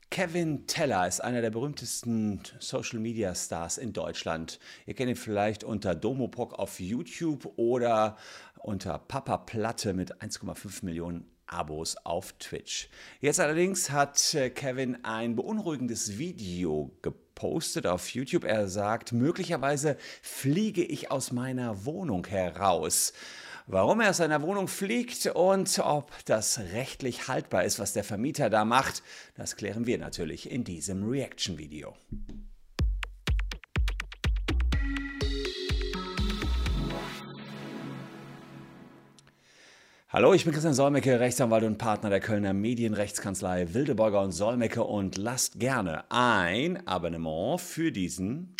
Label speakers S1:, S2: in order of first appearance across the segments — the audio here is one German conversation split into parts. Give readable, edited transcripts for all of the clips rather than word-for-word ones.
S1: Kevin Teller ist einer der berühmtesten Social-Media-Stars in Deutschland. Ihr kennt ihn vielleicht unter Domopok auf YouTube oder unter Papa Platte mit 1,5 Millionen Abos auf Twitch. Jetzt allerdings hat Kevin ein beunruhigendes Video gepostet auf YouTube. Er sagt, möglicherweise fliege ich aus meiner Wohnung heraus. Warum er aus seiner Wohnung fliegt und ob das rechtlich haltbar ist, was der Vermieter da macht, das klären wir natürlich in diesem Reaction-Video. Hallo, ich bin Christian Solmecke, Rechtsanwalt und Partner der Kölner Medienrechtskanzlei Wildeborger und Solmecke und lasst gerne ein Abonnement für diesen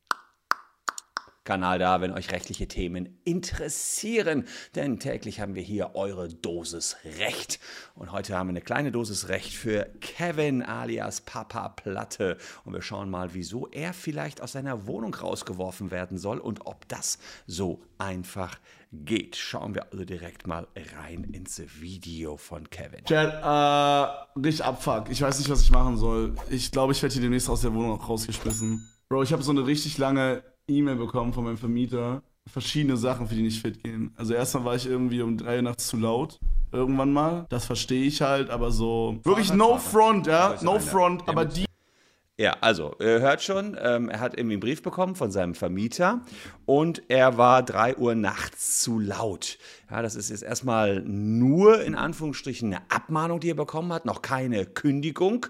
S1: Kanal da, wenn euch rechtliche Themen interessieren, denn täglich haben wir hier eure Dosis Recht und heute haben wir eine kleine Dosis Recht für Kevin alias Papa Platte und wir schauen mal, wieso er vielleicht aus seiner Wohnung rausgeworfen werden soll und ob das so einfach geht. Schauen wir also direkt mal rein ins Video von Kevin.
S2: Chat, richtig abfuck. Ich weiß nicht, was ich machen soll. Ich glaube, ich werde hier demnächst aus der Wohnung auch rausgeschmissen. Bro, ich habe so eine richtig lange E-Mail bekommen von meinem Vermieter. Verschiedene Sachen, für die nicht fit gehen. Also erstmal war ich irgendwie um 3 Uhr nachts zu laut. Irgendwann mal. Das verstehe ich halt, aber so... Wirklich no front, ja? No front, aber die...
S1: Ja, also, ihr hört schon, er hat irgendwie einen Brief bekommen von seinem Vermieter und er war 3 Uhr nachts zu laut. Ja, das ist jetzt erstmal nur in Anführungsstrichen eine Abmahnung, die er bekommen hat, noch keine Kündigung.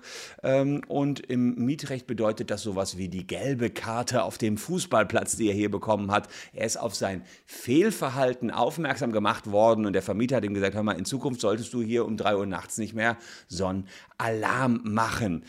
S1: Und im Mietrecht bedeutet das sowas wie die gelbe Karte auf dem Fußballplatz, die er hier bekommen hat. Er ist auf sein Fehlverhalten aufmerksam gemacht worden und der Vermieter hat ihm gesagt, hör mal, in Zukunft solltest du hier um 3 Uhr nachts nicht mehr so einen Alarm machen.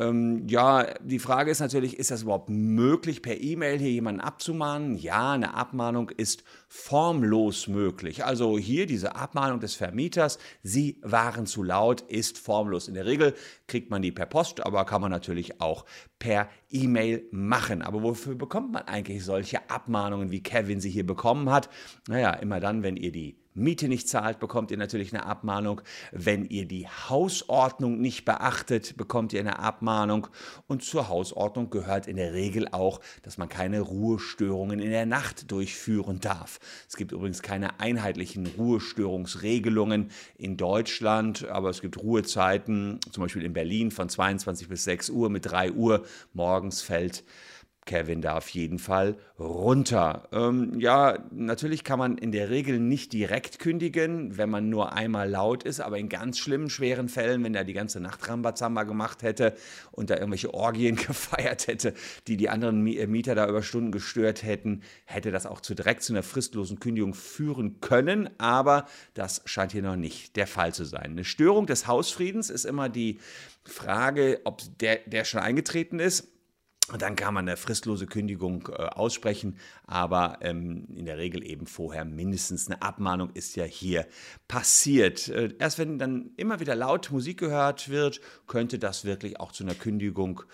S1: Ja, die Frage ist natürlich, ist das überhaupt möglich, per E-Mail hier jemanden abzumahnen? Ja, eine Abmahnung ist formlos möglich. Also hier diese Abmahnung des Vermieters, Sie waren zu laut, ist formlos. In der Regel kriegt man die per Post, aber kann man natürlich auch per E-Mail machen. Aber wofür bekommt man eigentlich solche Abmahnungen, wie Kevin sie hier bekommen hat? Naja, immer dann, wenn ihr die Miete nicht zahlt, bekommt ihr natürlich eine Abmahnung. Wenn ihr die Hausordnung nicht beachtet, bekommt ihr eine Abmahnung. Und zur Hausordnung gehört in der Regel auch, dass man keine Ruhestörungen in der Nacht durchführen darf. Es gibt übrigens keine einheitlichen Ruhestörungsregelungen in Deutschland, aber es gibt Ruhezeiten, zum Beispiel in Berlin von 22 bis 6 Uhr, mit 3 Uhr morgens fällt Kevin da auf jeden Fall runter. Ja, natürlich kann man in der Regel nicht direkt kündigen, wenn man nur einmal laut ist, aber in ganz schlimmen, schweren Fällen, wenn er die ganze Nacht Rambazamba gemacht hätte und da irgendwelche Orgien gefeiert hätte, die die anderen Mieter da über Stunden gestört hätten, hätte das auch direkt zu einer fristlosen Kündigung führen können, aber das scheint hier noch nicht der Fall zu sein. Eine Störung des Hausfriedens ist immer die Frage, ob der schon eingetreten ist. Und dann kann man eine fristlose Kündigung aussprechen, aber in der Regel eben vorher mindestens eine Abmahnung ist ja hier passiert. Erst wenn dann immer wieder laut Musik gehört wird, könnte das wirklich auch zu einer Kündigung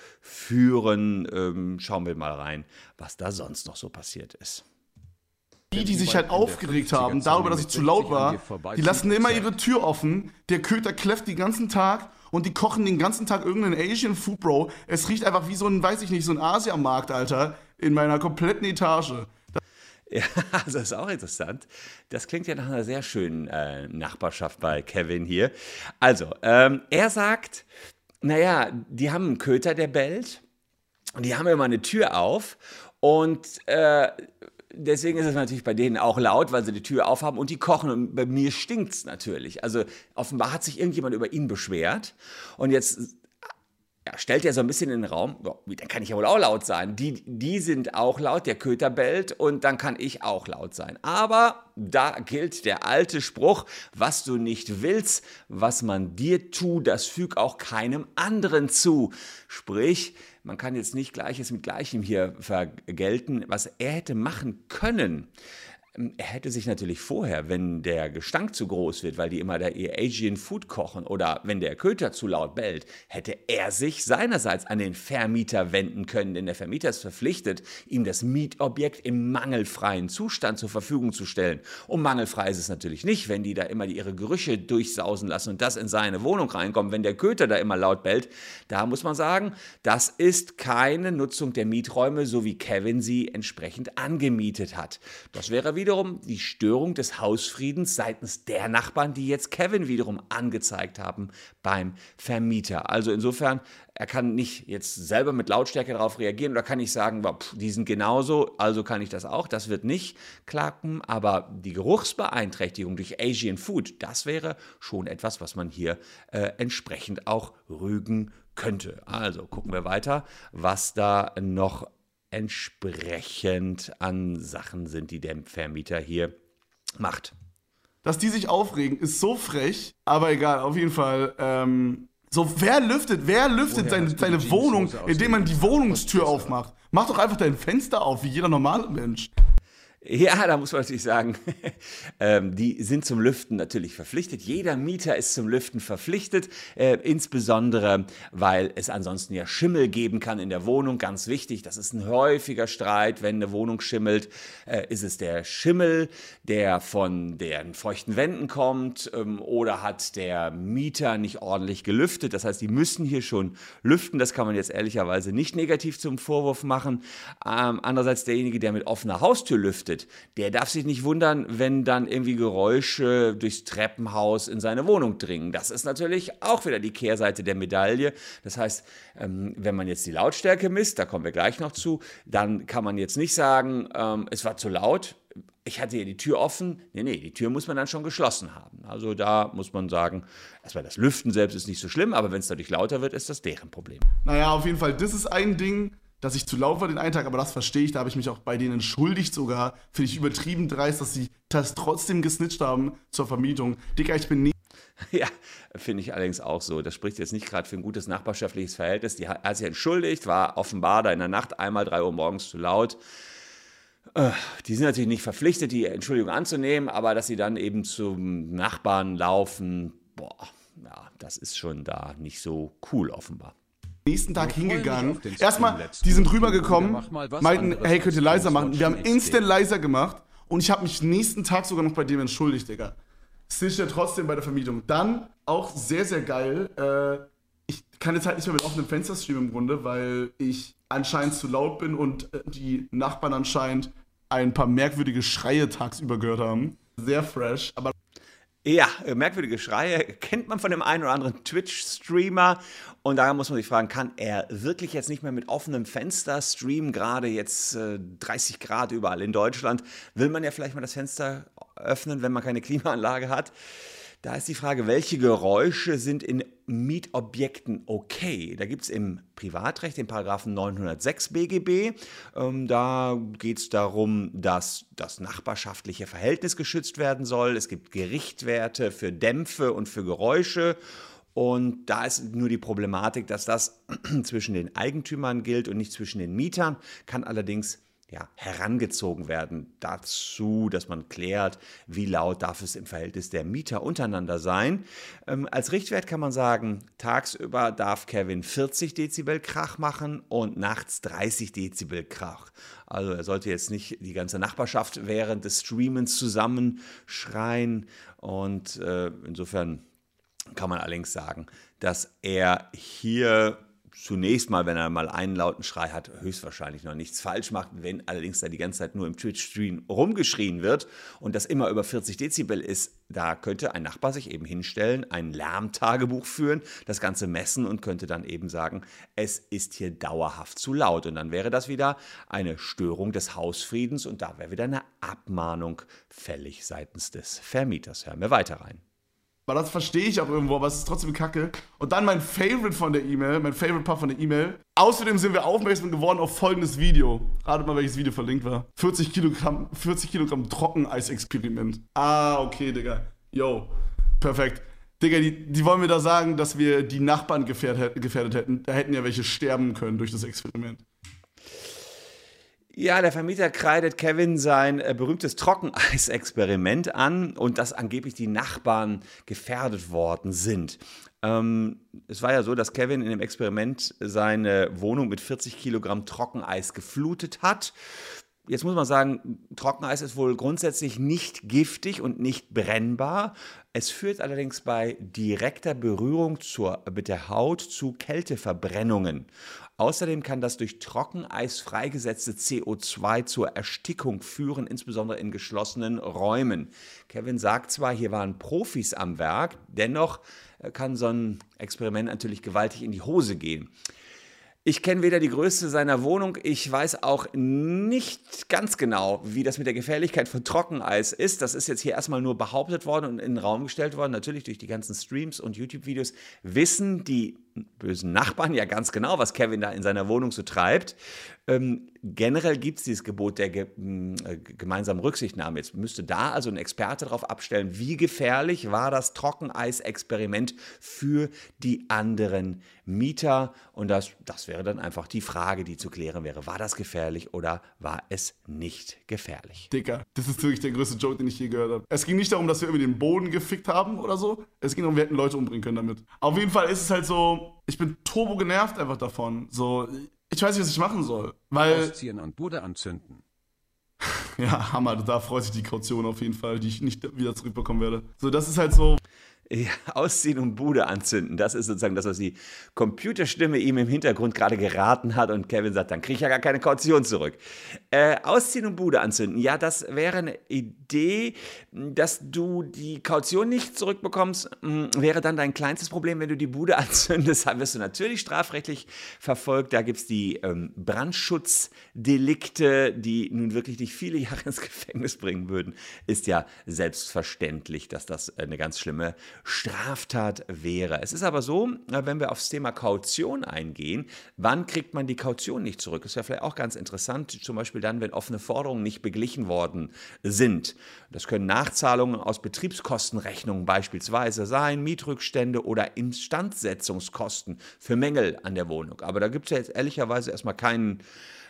S1: führen. Schauen wir mal rein, was da sonst noch so passiert ist.
S2: Die sich halt aufgeregt haben darüber, dass ich zu laut war, die lassen immer ihre Tür offen, der Köter kläfft den ganzen Tag und die kochen den ganzen Tag irgendeinen Asian Food, Bro. Es riecht einfach wie so ein, weiß ich nicht, so ein Asiamarkt, Alter, in meiner kompletten Etage.
S1: Ja, also das ist auch interessant. Das klingt ja nach einer sehr schönen Nachbarschaft bei Kevin hier. Also, er sagt, naja, die haben einen Köter, der bellt und die haben immer eine Tür auf und deswegen ist es natürlich bei denen auch laut, weil sie die Tür aufhaben und die kochen und bei mir stinkt es natürlich. Also offenbar hat sich irgendjemand über ihn beschwert und jetzt stellt er so ein bisschen in den Raum, dann kann ich ja wohl auch laut sein. Die sind auch laut, der Köter bellt und dann kann ich auch laut sein. Aber da gilt der alte Spruch, was du nicht willst, was man dir tut, das füg auch keinem anderen zu. Sprich, man kann jetzt nicht Gleiches mit Gleichem hier vergelten, was er hätte machen können. Er hätte sich natürlich vorher, wenn der Gestank zu groß wird, weil die immer da ihr Asian Food kochen oder wenn der Köter zu laut bellt, hätte er sich seinerseits an den Vermieter wenden können, denn der Vermieter ist verpflichtet, ihm das Mietobjekt im mangelfreien Zustand zur Verfügung zu stellen. Und mangelfrei ist es natürlich nicht, wenn die da immer ihre Gerüche durchsausen lassen und das in seine Wohnung reinkommt, wenn der Köter da immer laut bellt. Da muss man sagen, das ist keine Nutzung der Mieträume, so wie Kevin sie entsprechend angemietet hat. Das wäre wiederum die Störung des Hausfriedens seitens der Nachbarn, die jetzt Kevin wiederum angezeigt haben beim Vermieter. Also insofern, er kann nicht jetzt selber mit Lautstärke darauf reagieren oder kann nicht sagen, die sind genauso, also kann ich das auch. Das wird nicht klappen, aber die Geruchsbeeinträchtigung durch Asian Food, das wäre schon etwas, was man hier entsprechend auch rügen könnte. Also gucken wir weiter, was da noch entsprechend an Sachen sind, die der Vermieter hier macht.
S2: Dass die sich aufregen, ist so frech, aber egal, auf jeden Fall. Wer lüftet seine Wohnung, indem man die Wohnungstür aufmacht? Mach doch einfach dein Fenster auf, wie jeder normale Mensch.
S1: Ja, da muss man natürlich sagen, die sind zum Lüften natürlich verpflichtet. Jeder Mieter ist zum Lüften verpflichtet, insbesondere, weil es ansonsten ja Schimmel geben kann in der Wohnung. Ganz wichtig, das ist ein häufiger Streit, wenn eine Wohnung schimmelt. Ist es der Schimmel, der von den feuchten Wänden kommt, oder hat der Mieter nicht ordentlich gelüftet? Das heißt, die müssen hier schon lüften. Das kann man jetzt ehrlicherweise nicht negativ zum Vorwurf machen. Andererseits derjenige, der mit offener Haustür lüftet, der darf sich nicht wundern, wenn dann irgendwie Geräusche durchs Treppenhaus in seine Wohnung dringen. Das ist natürlich auch wieder die Kehrseite der Medaille. Das heißt, wenn man jetzt die Lautstärke misst, da kommen wir gleich noch zu, dann kann man jetzt nicht sagen, es war zu laut. Ich hatte hier die Tür offen. Nee, die Tür muss man dann schon geschlossen haben. Also da muss man sagen, erstmal das Lüften selbst ist nicht so schlimm, aber wenn es dadurch lauter wird, ist das deren Problem.
S2: Naja, auf jeden Fall, das ist ein Ding, dass ich zu laut war den einen Tag, aber das verstehe ich, da habe ich mich auch bei denen entschuldigt sogar. Finde ich übertrieben dreist, dass sie das trotzdem gesnitcht haben zur Vermietung. Digga, ich bin nicht...
S1: Ja, finde ich allerdings auch so. Das spricht jetzt nicht gerade für ein gutes nachbarschaftliches Verhältnis. Er hat sich entschuldigt, war offenbar da in der Nacht einmal 3 Uhr morgens zu laut. Die sind natürlich nicht verpflichtet, die Entschuldigung anzunehmen, aber dass sie dann eben zum Nachbarn laufen, das ist schon da nicht so cool offenbar.
S2: Nächsten Tag hingegangen. Erstmal, die sind rübergekommen, meinten, hey, könnt ihr leiser machen? Wir haben instant leiser gemacht und ich habe mich nächsten Tag sogar noch bei dem entschuldigt, Digga. Snitcht ja trotzdem bei der Vermietung. Dann, auch sehr, sehr geil, ich kann jetzt halt nicht mehr mit offenem Fenster streamen im Grunde, weil ich anscheinend zu laut bin und die Nachbarn anscheinend ein paar merkwürdige Schreie tagsüber gehört haben. Sehr fresh, aber...
S1: Ja, merkwürdige Schreie kennt man von dem einen oder anderen Twitch-Streamer und daher muss man sich fragen, kann er wirklich jetzt nicht mehr mit offenem Fenster streamen, gerade jetzt 30 Grad überall in Deutschland, will man ja vielleicht mal das Fenster öffnen, wenn man keine Klimaanlage hat. Da ist die Frage, welche Geräusche sind in Mietobjekten okay? Da gibt es im Privatrecht den Paragraphen 906 BGB. Da geht es darum, dass das nachbarschaftliche Verhältnis geschützt werden soll. Es gibt Gerichtwerte für Dämpfe und für Geräusche. Und da ist nur die Problematik, dass das zwischen den Eigentümern gilt und nicht zwischen den Mietern, kann allerdings herangezogen werden dazu, dass man klärt, wie laut darf es im Verhältnis der Mieter untereinander sein. Als Richtwert kann man sagen, tagsüber darf Kevin 40 Dezibel Krach machen und nachts 30 Dezibel Krach. Also er sollte jetzt nicht die ganze Nachbarschaft während des Streamens zusammenschreien und insofern kann man allerdings sagen, dass er hier zunächst mal, wenn er mal einen lauten Schrei hat, höchstwahrscheinlich noch nichts falsch macht. Wenn allerdings da die ganze Zeit nur im Twitch-Stream rumgeschrien wird und das immer über 40 Dezibel ist, da könnte ein Nachbar sich eben hinstellen, ein Lärmtagebuch führen, das Ganze messen und könnte dann eben sagen, es ist hier dauerhaft zu laut. Und dann wäre das wieder eine Störung des Hausfriedens und da wäre wieder eine Abmahnung fällig seitens des Vermieters. Hören wir weiter rein.
S2: Aber das verstehe ich auch irgendwo, aber es ist trotzdem kacke. Und dann mein Favorite von der E-Mail, mein Favorite Part von der E-Mail. Außerdem sind wir aufmerksam geworden auf folgendes Video. Ratet mal, welches Video verlinkt war. 40 Kilogramm Trockeneis-Experiment. Ah, okay, Digga. Yo, perfekt. Digga, die wollen mir da sagen, dass wir die Nachbarn gefährdet hätten. Da hätten ja welche sterben können durch das Experiment.
S1: Ja, der Vermieter kreidet Kevin sein berühmtes Trockeneisexperiment an und dass angeblich die Nachbarn gefährdet worden sind. Es war ja so, dass Kevin in dem Experiment seine Wohnung mit 40 Kilogramm Trockeneis geflutet hat. Jetzt muss man sagen, Trockeneis ist wohl grundsätzlich nicht giftig und nicht brennbar. Es führt allerdings bei direkter Berührung mit der Haut zu Kälteverbrennungen. Außerdem kann das durch Trockeneis freigesetzte CO2 zur Erstickung führen, insbesondere in geschlossenen Räumen. Kevin sagt zwar, hier waren Profis am Werk, dennoch kann so ein Experiment natürlich gewaltig in die Hose gehen. Ich kenne weder die Größe seiner Wohnung, ich weiß auch nicht ganz genau, wie das mit der Gefährlichkeit von Trockeneis ist. Das ist jetzt hier erstmal nur behauptet worden und in den Raum gestellt worden. Natürlich durch die ganzen Streams und YouTube-Videos wissen die bösen Nachbarn ja ganz genau, was Kevin da in seiner Wohnung so treibt. Generell gibt es dieses Gebot der gemeinsamen Rücksichtnahme. Jetzt müsste da also ein Experte darauf abstellen, wie gefährlich war das Trockeneis-Experiment für die anderen Mieter. Und das wäre dann einfach die Frage, die zu klären wäre. War das gefährlich oder war es nicht gefährlich?
S2: Dicker, das ist wirklich der größte Joke, den ich je gehört habe. Es ging nicht darum, dass wir irgendwie den Boden gefickt haben oder so. Es ging darum, wir hätten Leute umbringen können damit. Auf jeden Fall ist es halt so, ich bin turbo genervt einfach davon. So, ich weiß nicht, was ich machen soll. Weil.
S3: Ausziehen und Bude anzünden.
S2: Ja, Hammer, da freut sich die Kaution auf jeden Fall, die ich nicht wieder zurückbekommen werde. So, das ist halt so.
S1: Ja, ausziehen und Bude anzünden, das ist sozusagen das, was die Computerstimme ihm im Hintergrund gerade geraten hat und Kevin sagt, dann kriege ich ja gar keine Kaution zurück. Ausziehen und Bude anzünden, ja, das wäre eine Idee, dass du die Kaution nicht zurückbekommst, wäre dann dein kleinstes Problem, wenn du die Bude anzündest, dann wirst du natürlich strafrechtlich verfolgt, da gibt es die Brandschutzdelikte, die nun wirklich dich viele Jahre ins Gefängnis bringen würden, ist ja selbstverständlich, dass das eine ganz schlimme Straftat wäre. Es ist aber so, wenn wir aufs Thema Kaution eingehen, wann kriegt man die Kaution nicht zurück? Das ist ja vielleicht auch ganz interessant, zum Beispiel dann, wenn offene Forderungen nicht beglichen worden sind. Das können Nachzahlungen aus Betriebskostenrechnungen beispielsweise sein, Mietrückstände oder Instandsetzungskosten für Mängel an der Wohnung. Aber da gibt es ja jetzt ehrlicherweise erstmal keinen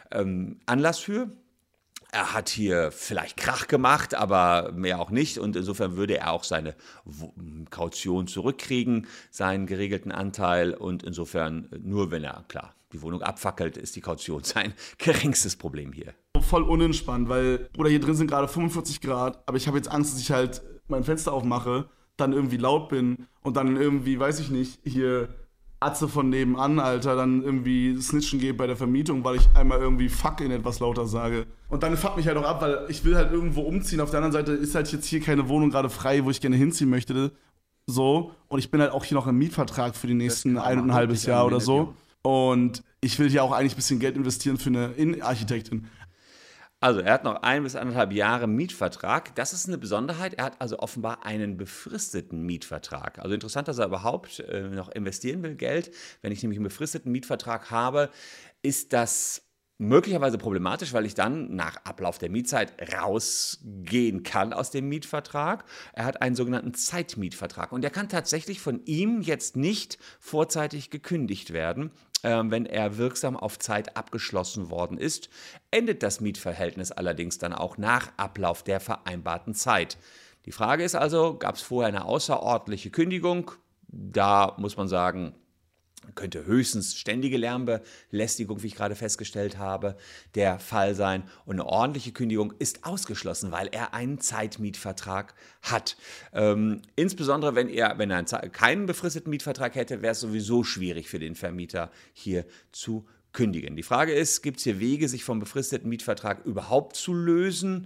S1: Anlass für. Er hat hier vielleicht Krach gemacht, aber mehr auch nicht. Und insofern würde er auch seine Kaution zurückkriegen, seinen geregelten Anteil. Und insofern nur, wenn er, klar, die Wohnung abfackelt, ist die Kaution sein geringstes Problem hier.
S2: Voll unentspannt, weil, oder hier drin sind gerade 45 Grad, aber ich habe jetzt Angst, dass ich halt mein Fenster aufmache, dann irgendwie laut bin und dann irgendwie, weiß ich nicht, hier Atze von nebenan, Alter, dann irgendwie snitchen gehe bei der Vermietung, weil ich einmal irgendwie fuck in etwas lauter sage. Und dann fuck mich halt auch ab, weil ich will halt irgendwo umziehen. Auf der anderen Seite ist halt jetzt hier keine Wohnung gerade frei, wo ich gerne hinziehen möchte. So. Und ich bin halt auch hier noch im Mietvertrag für die nächsten 1,5 Jahr oder so. Und ich will hier auch eigentlich ein bisschen Geld investieren für eine Innenarchitektin.
S1: Also er hat noch 1 bis 1,5 Jahre Mietvertrag. Das ist eine Besonderheit. Er hat also offenbar einen befristeten Mietvertrag. Also interessant, dass er überhaupt noch investieren will, Geld. Wenn ich nämlich einen befristeten Mietvertrag habe, ist das möglicherweise problematisch, weil ich dann nach Ablauf der Mietzeit rausgehen kann aus dem Mietvertrag. Er hat einen sogenannten Zeitmietvertrag und der kann tatsächlich von ihm jetzt nicht vorzeitig gekündigt werden. Wenn er wirksam auf Zeit abgeschlossen worden ist, endet das Mietverhältnis allerdings dann auch nach Ablauf der vereinbarten Zeit. Die Frage ist also, gab es vorher eine außerordentliche Kündigung? Da muss man sagen, könnte höchstens ständige Lärmbelästigung, wie ich gerade festgestellt habe, der Fall sein. Und eine ordentliche Kündigung ist ausgeschlossen, weil er einen Zeitmietvertrag hat. Insbesondere, wenn er keinen befristeten Mietvertrag hätte, wäre es sowieso schwierig für den Vermieter, hier zu kündigen. Die Frage ist, gibt es hier Wege, sich vom befristeten Mietvertrag überhaupt zu lösen?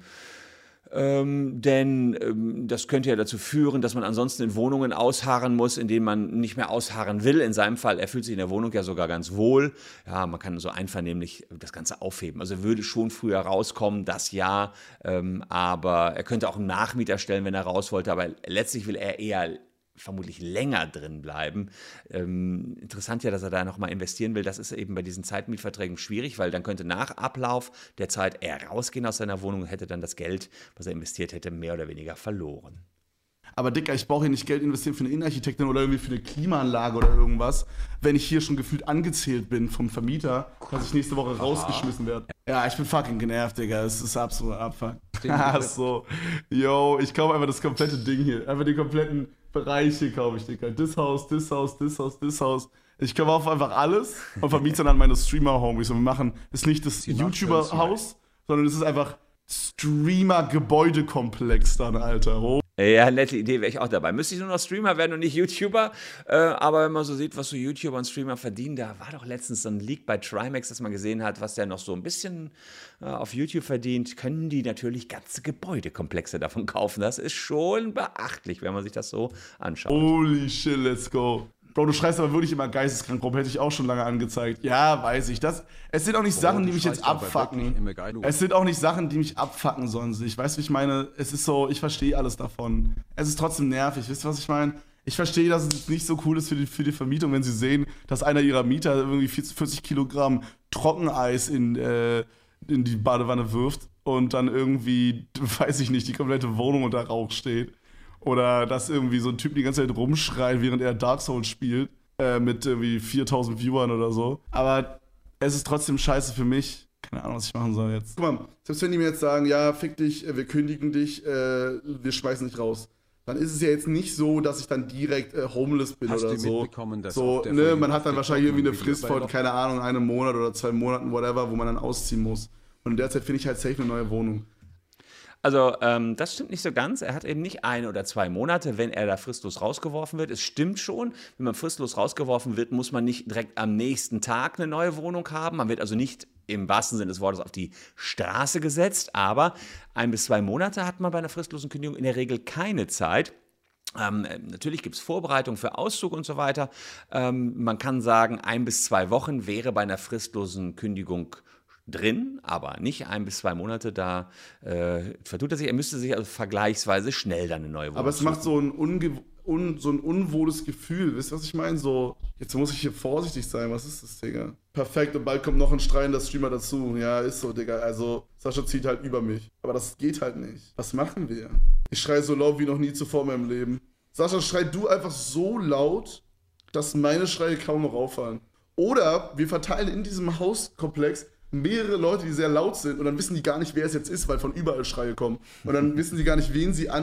S1: Denn das könnte ja dazu führen, dass man ansonsten in Wohnungen ausharren muss, in denen man nicht mehr ausharren will. In seinem Fall, er fühlt sich in der Wohnung ja sogar ganz wohl. Ja, man kann so einvernehmlich das Ganze aufheben. Also er würde schon früher rauskommen, das ja, aber er könnte auch einen Nachmieter stellen, wenn er raus wollte. Aber letztlich will er eher vermutlich länger drin bleiben. Interessant ja, dass er da nochmal investieren will. Das ist eben bei diesen Zeitmietverträgen schwierig, weil dann könnte nach Ablauf der Zeit er rausgehen aus seiner Wohnung und hätte dann das Geld, was er investiert hätte, mehr oder weniger verloren.
S2: Aber Dicker, ich brauche hier nicht Geld investieren für eine Innenarchitektin oder irgendwie für eine Klimaanlage oder irgendwas, wenn ich hier schon gefühlt angezählt bin vom Vermieter, dass ich nächste Woche rausgeschmissen werde. Ja, ich bin fucking genervt, Digga. Es ist absolut Abfuck. Ach so. Yo, ich kaufe einfach das komplette Ding hier. Einfach die kompletten Bereiche kaufe ich, Digga. Das Haus, das Haus, das Haus, das Haus. Ich kaufe einfach alles und vermiete dann an meine Streamer-Homies. Und wir machen, ist nicht das YouTuber-Haus, sondern es ist einfach Streamer-Gebäudekomplex dann, Alter. Oh.
S1: Ja, nette Idee, wäre ich auch dabei. Müsste ich nur noch Streamer werden und nicht YouTuber. Aber wenn man so sieht, was so YouTuber und Streamer verdienen, da war doch letztens so ein Leak bei Trimax, dass man gesehen hat, was der noch so ein bisschen auf YouTube verdient, können die natürlich ganze Gebäudekomplexe davon kaufen. Das ist schon beachtlich, wenn man sich das so anschaut.
S2: Holy shit, let's go. Bro, du schreist aber wirklich immer geisteskrank rum, hätte ich auch schon lange angezeigt. Ja, weiß ich. Es sind auch nicht Sachen, die mich jetzt abfucken. Es sind auch nicht Sachen, die mich abfucken sonst. Ich weiß, wie ich meine. Es ist so, ich verstehe alles davon. Es ist trotzdem nervig. Wisst ihr, was ich meine? Ich verstehe, dass es nicht so cool ist für die Vermietung, wenn sie sehen, dass einer ihrer Mieter irgendwie 40 Kilogramm Trockeneis in die Badewanne wirft und dann irgendwie, weiß ich nicht, die komplette Wohnung unter Rauch steht. Oder dass irgendwie so ein Typ die ganze Zeit rumschreit, während er Dark Souls spielt, mit irgendwie 4000 Viewern oder so. Aber es ist trotzdem scheiße für mich. Keine Ahnung, was ich machen soll jetzt. Guck mal, selbst wenn die mir jetzt sagen, ja, fick dich, wir kündigen dich, wir schmeißen dich raus. Dann ist es ja jetzt nicht so, dass ich dann direkt homeless bin oder so. So, ne, man hat dann wahrscheinlich irgendwie eine Frist von, keine Ahnung, einem Monat oder 2 Monaten, whatever, wo man dann ausziehen muss. Und in der Zeit finde ich halt safe eine neue Wohnung.
S1: Also, das stimmt nicht so ganz. Er hat eben nicht 1 oder 2 Monate, wenn er da fristlos rausgeworfen wird. Es stimmt schon, wenn man fristlos rausgeworfen wird, muss man nicht direkt am nächsten Tag eine neue Wohnung haben. Man wird also nicht im wahrsten Sinne des Wortes auf die Straße gesetzt, aber 1 bis 2 Monate hat man bei einer fristlosen Kündigung in der Regel keine Zeit. Natürlich gibt es Vorbereitungen für Auszug und so weiter. Man kann sagen, 1 bis 2 Wochen wäre bei einer fristlosen Kündigung drin, aber nicht 1 bis 2 Monate, da vertut er sich. Er müsste sich also vergleichsweise schnell dann eine neue Wohnung
S2: Aber es macht so ein unwohles Gefühl, wisst ihr, was ich meine? So, jetzt muss ich hier vorsichtig sein, was ist das, Digga? Perfekt, und bald kommt noch ein schreiender Streamer dazu. Ja, ist so, Digga, also Sascha zieht halt über mich. Aber das geht halt nicht. Was machen wir? Ich schreie so laut wie noch nie zuvor in meinem Leben. Sascha, schrei du einfach so laut, dass meine Schreie kaum noch auffallen. Oder wir verteilen in diesem Hauskomplex mehrere Leute, die sehr laut sind, und dann wissen die gar nicht, wer es jetzt ist, weil von überall Schreie kommen. Und dann wissen sie gar nicht, wen sie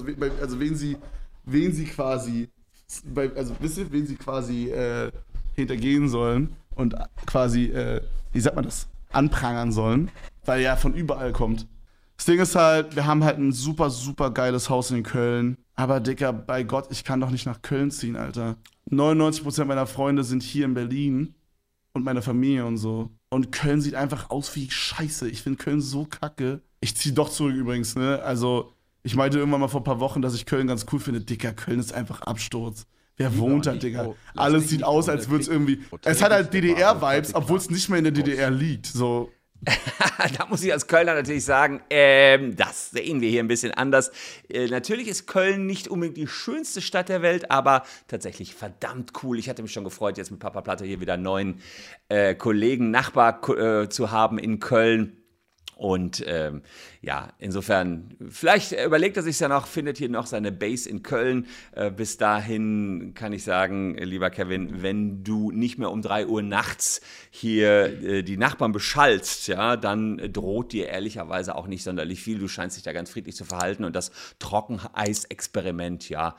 S2: hintergehen sollen und quasi, wie sagt man das, anprangern sollen, weil ja von überall kommt. Das Ding ist halt, wir haben halt ein super, super geiles Haus in Köln, aber Dicker, bei Gott, ich kann doch nicht nach Köln ziehen, Alter. 99% meiner Freunde sind hier in Berlin und meine Familie und so. Und Köln sieht einfach aus wie Scheiße. Ich finde Köln so kacke. Ich ziehe doch zurück übrigens, ne? Also, ich meinte irgendwann mal vor ein paar Wochen, dass ich Köln ganz cool finde. Dicker, Köln ist einfach Absturz. Wer wohnt da, Digga? Alles sieht aus, als würde es irgendwie... Es hat halt DDR-Vibes, obwohl es nicht mehr in der DDR liegt. So.
S1: Da muss ich als Kölner natürlich sagen, das sehen wir hier ein bisschen anders. Natürlich ist Köln nicht unbedingt die schönste Stadt der Welt, aber tatsächlich verdammt cool. Ich hatte mich schon gefreut, jetzt mit Papa Platte hier wieder einen neuen Kollegen, Nachbar zu haben in Köln. Und ja, insofern, vielleicht überlegt er sich ja noch, findet hier noch seine Base in Köln. Bis dahin kann ich sagen, lieber Kevin, wenn du nicht mehr um 3 Uhr nachts hier die Nachbarn beschallst, ja, dann droht dir ehrlicherweise auch nicht sonderlich viel. Du scheinst dich da ganz friedlich zu verhalten und das Trockeneis-Experiment, ja,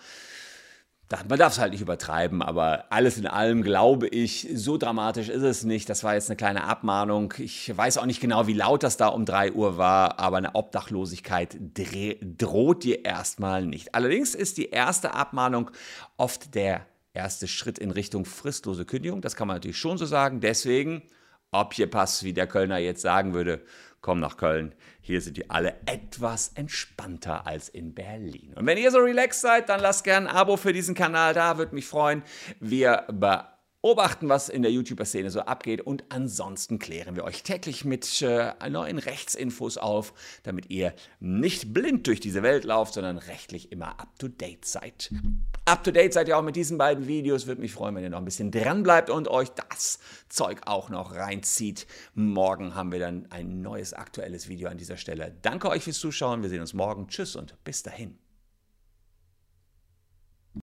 S1: man darf es halt nicht übertreiben, aber alles in allem glaube ich, so dramatisch ist es nicht. Das war jetzt eine kleine Abmahnung. Ich weiß auch nicht genau, wie laut das da um 3 Uhr war, aber eine Obdachlosigkeit droht dir erstmal nicht. Allerdings ist die erste Abmahnung oft der erste Schritt in Richtung fristlose Kündigung. Das kann man natürlich schon so sagen. Deswegen, Objepass, wie der Kölner jetzt sagen würde, komm nach Köln. Hier sind die alle etwas entspannter als in Berlin. Und wenn ihr so relaxed seid, dann lasst gerne ein Abo für diesen Kanal da, würde mich freuen. Wir beobachten, was in der YouTuber-Szene so abgeht, und ansonsten klären wir euch täglich mit neuen Rechtsinfos auf, damit ihr nicht blind durch diese Welt lauft, sondern rechtlich immer up-to-date seid. Up-to-date seid ihr auch mit diesen beiden Videos. Würde mich freuen, wenn ihr noch ein bisschen dran bleibt und euch das Zeug auch noch reinzieht. Morgen haben wir dann ein neues aktuelles Video an dieser Stelle. Danke euch fürs Zuschauen. Wir sehen uns morgen. Tschüss und bis dahin.